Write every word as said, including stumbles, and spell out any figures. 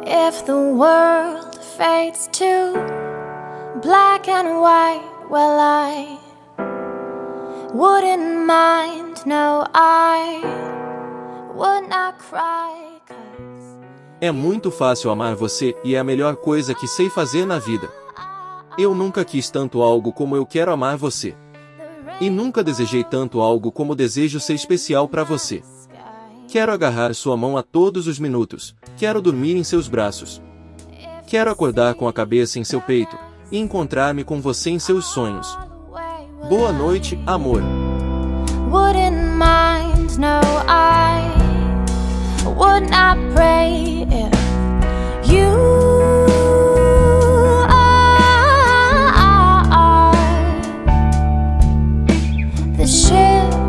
If the world fades to black and white, well, I wouldn't mind, no, I would not cry, 'cause É muito fácil amar você e é a melhor coisa que sei fazer na vida. Eu nunca quis tanto algo como eu quero amar você. E nunca desejei tanto algo como desejo ser especial para você. Quero agarrar sua mão a todos os minutos, quero dormir em seus braços. Quero acordar com a cabeça em seu peito e encontrar-me com você em seus sonhos. Boa noite, amor. wouldn't mind.